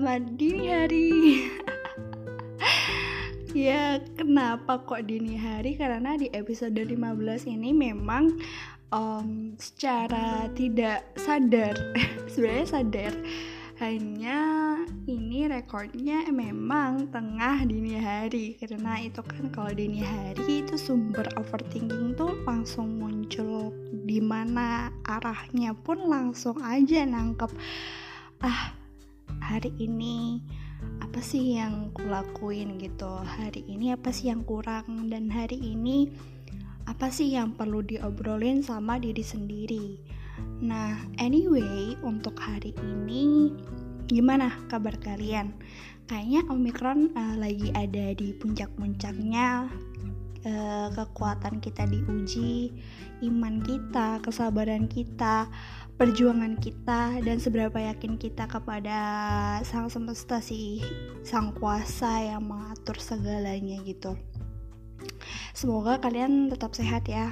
Selamat dini hari. Ya, kenapa kok dini hari? Karena di episode 15 ini memang secara tidak sadar sebenarnya sadar, hanya ini rekornya memang tengah dini hari. Karena itu kan kalau dini hari itu sumber overthinking tuh langsung muncul, dimana arahnya pun langsung aja nangkep, hari ini apa sih yang kulakuin gitu, hari ini apa sih yang kurang, dan hari ini apa sih yang perlu diobrolin sama diri sendiri. Nah, anyway, untuk hari ini gimana kabar kalian? Kayaknya Omicron lagi ada di puncak-puncaknya. Kekuatan kita diuji, iman kita, kesabaran kita, perjuangan kita, dan seberapa yakin kita kepada sang semesta sih, sang kuasa yang mengatur segalanya gitu. Semoga kalian tetap sehat ya.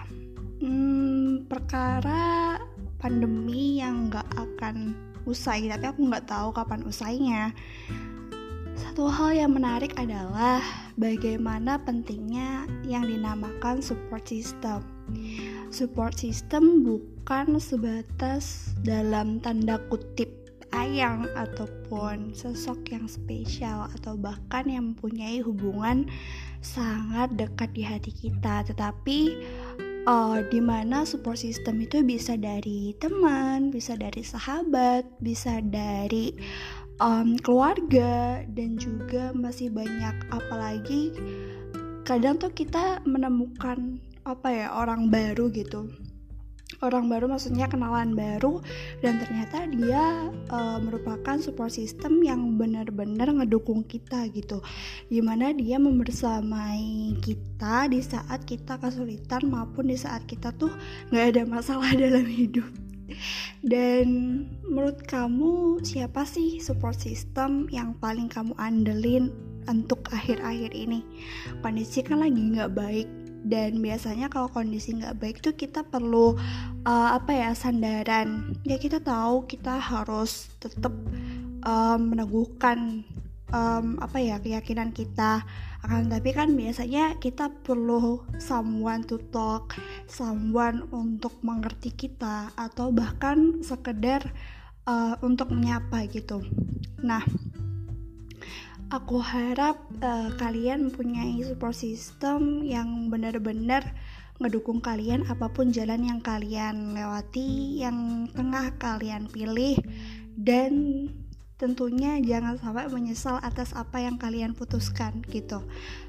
Perkara pandemi yang gak akan usai, tapi aku gak tahu kapan usainya. Satu hal yang menarik adalah bagaimana pentingnya yang dinamakan support system. Support system bukan sebatas dalam tanda kutip ayang ataupun sosok yang spesial atau bahkan yang mempunyai hubungan sangat dekat di hati kita, tetapi di mana support system itu bisa dari teman, bisa dari sahabat, bisa dari keluarga, dan juga masih banyak. Apalagi kadang tuh kita menemukan orang baru gitu. Orang baru maksudnya kenalan baru, dan ternyata dia merupakan support system yang benar-benar ngedukung kita gitu, dimana dia membersamai kita di saat kita kesulitan maupun di saat kita tuh gak ada masalah dalam hidup. Dan menurut kamu siapa sih support system yang paling kamu andelin untuk akhir-akhir ini? Kondisi kan lagi gak baik, dan biasanya kalau kondisi nggak baik tuh kita perlu sandaran. Ya, kita tahu kita harus tetap meneguhkan keyakinan kita. Tapi kan biasanya kita perlu someone to talk, someone untuk mengerti kita, atau bahkan sekedar untuk menyapa gitu. Nah, aku harap kalian mempunyai support system yang benar-benar ngedukung kalian apapun jalan yang kalian lewati, yang tengah kalian pilih, dan tentunya jangan sampai menyesal atas apa yang kalian putuskan gitu.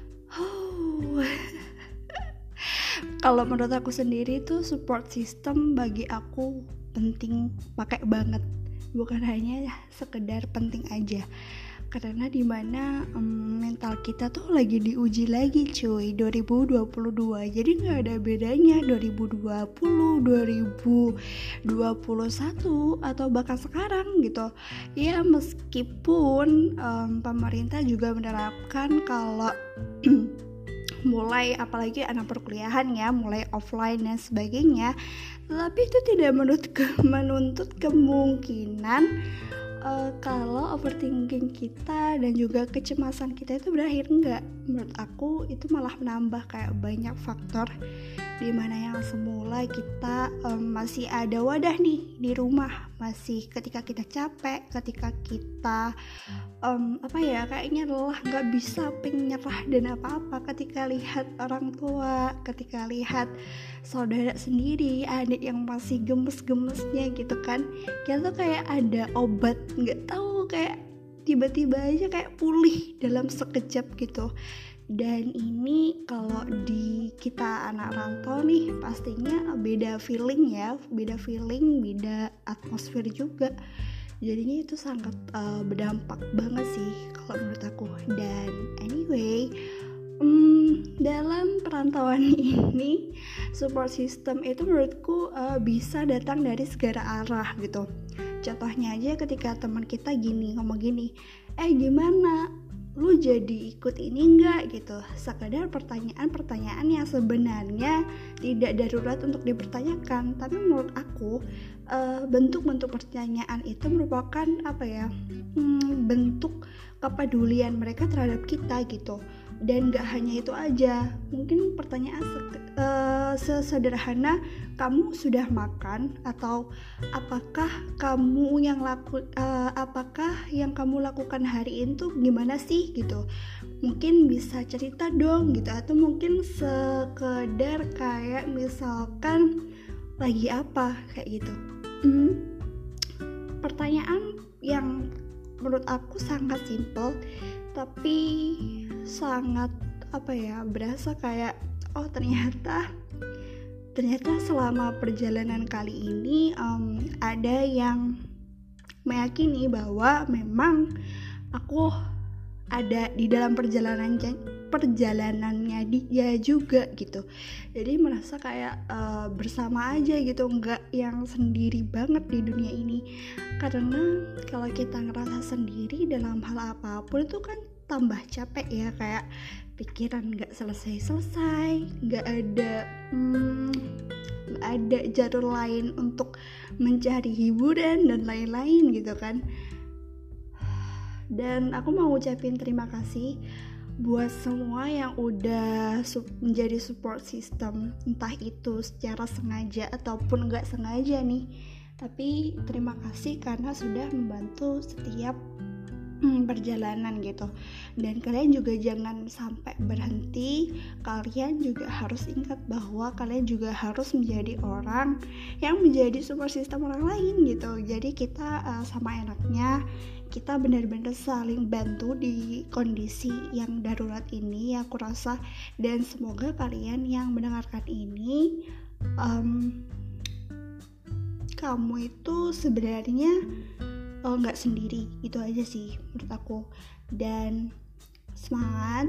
Kalau menurut aku sendiri tuh support system bagi aku penting, pakai banget, bukan hanya sekedar penting aja. Karena dimana mental kita tuh lagi diuji lagi cuy, 2022. Jadi gak ada bedanya 2020, 2021 atau bahkan sekarang gitu. Ya, meskipun pemerintah juga menerapkan kalau mulai, apalagi anak perkuliahan ya, mulai offline dan sebagainya, tapi itu tidak menuntut kemungkinan kalau overthinking kita dan juga kecemasan kita itu berakhir. Enggak, menurut aku itu malah menambah kayak banyak faktor, dimana yang semula kita masih ada wadah nih di rumah, masih ketika kita capek, ketika kita kayaknya lelah, nggak bisa pengen nyerah dan apa-apa, ketika lihat orang tua, ketika lihat saudara sendiri, adik yang masih gemes-gemesnya gitu kan, kita tuh kayak ada obat, nggak tahu, kayak tiba-tiba aja kayak pulih dalam sekejap gitu. Dan ini kalau di kita anak rantau nih pastinya beda feeling, beda atmosfer juga. Jadinya itu sangat berdampak banget sih kalau menurut aku. Dan anyway, dalam perantauan ini support system itu menurutku bisa datang dari segala arah gitu. Contohnya aja ketika teman kita ngomong gini, gimana lu jadi ikut ini enggak gitu. Sekedar pertanyaan-pertanyaan yang sebenarnya tidak darurat untuk dipertanyakan, tapi menurut aku bentuk-bentuk pertanyaan itu merupakan bentuk kepedulian mereka terhadap kita gitu. Dan gak hanya itu aja, mungkin pertanyaan sesederhana kamu sudah makan, atau apakah yang kamu lakukan hari ini tuh gimana sih gitu. Mungkin bisa cerita dong gitu, atau mungkin sekedar kayak misalkan lagi apa kayak gitu. Pertanyaan yang menurut aku sangat simpel tapi sangat berasa kayak ternyata selama perjalanan kali ini ada yang meyakini bahwa memang aku ada di dalam perjalanannya dia juga gitu. Jadi merasa kayak bersama aja gitu, nggak yang sendiri banget di dunia ini. Karena kalau kita ngerasa sendiri dalam hal apapun itu kan tambah capek ya, kayak pikiran nggak selesai, nggak ada jalur lain untuk mencari hiburan dan lain-lain gitu kan. Dan aku mau ucapin terima kasih buat semua yang udah menjadi support system, entah itu secara sengaja ataupun nggak sengaja nih. Tapi terima kasih karena sudah membantu setiap perjalanan gitu. Dan kalian juga jangan sampai berhenti. Kalian juga harus ingat bahwa kalian juga harus menjadi orang yang menjadi support system orang lain gitu. Jadi kita sama enaknya kita benar-benar saling bantu di kondisi yang darurat ini, aku rasa. Dan semoga kalian yang mendengarkan ini kamu itu sebenarnya nggak sendiri, itu aja sih menurut aku. Dan semangat.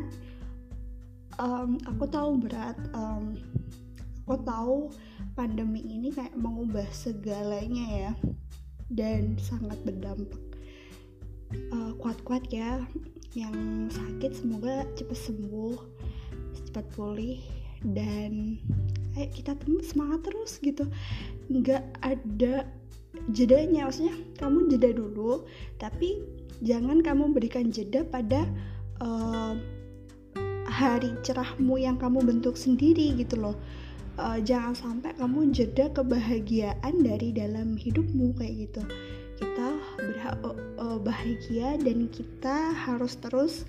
Aku tahu berat, aku tahu pandemi ini kayak mengubah segalanya ya, dan sangat berdampak. Kuat-kuat ya, yang sakit semoga cepat sembuh, cepat pulih, dan ayo kita semangat terus gitu. Nggak ada jedanya, maksudnya kamu jeda dulu, tapi jangan kamu berikan jeda pada hari cerahmu yang kamu bentuk sendiri gitu loh. Jangan sampai kamu jeda kebahagiaan dari dalam hidupmu kayak gitu. Kita berhak bahagia, dan kita harus terus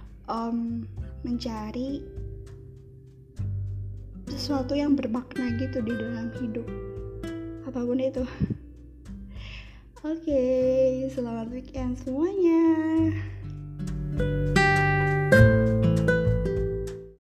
mencari sesuatu yang bermakna gitu di dalam hidup, apapun itu. Oke, selamat weekend semuanya.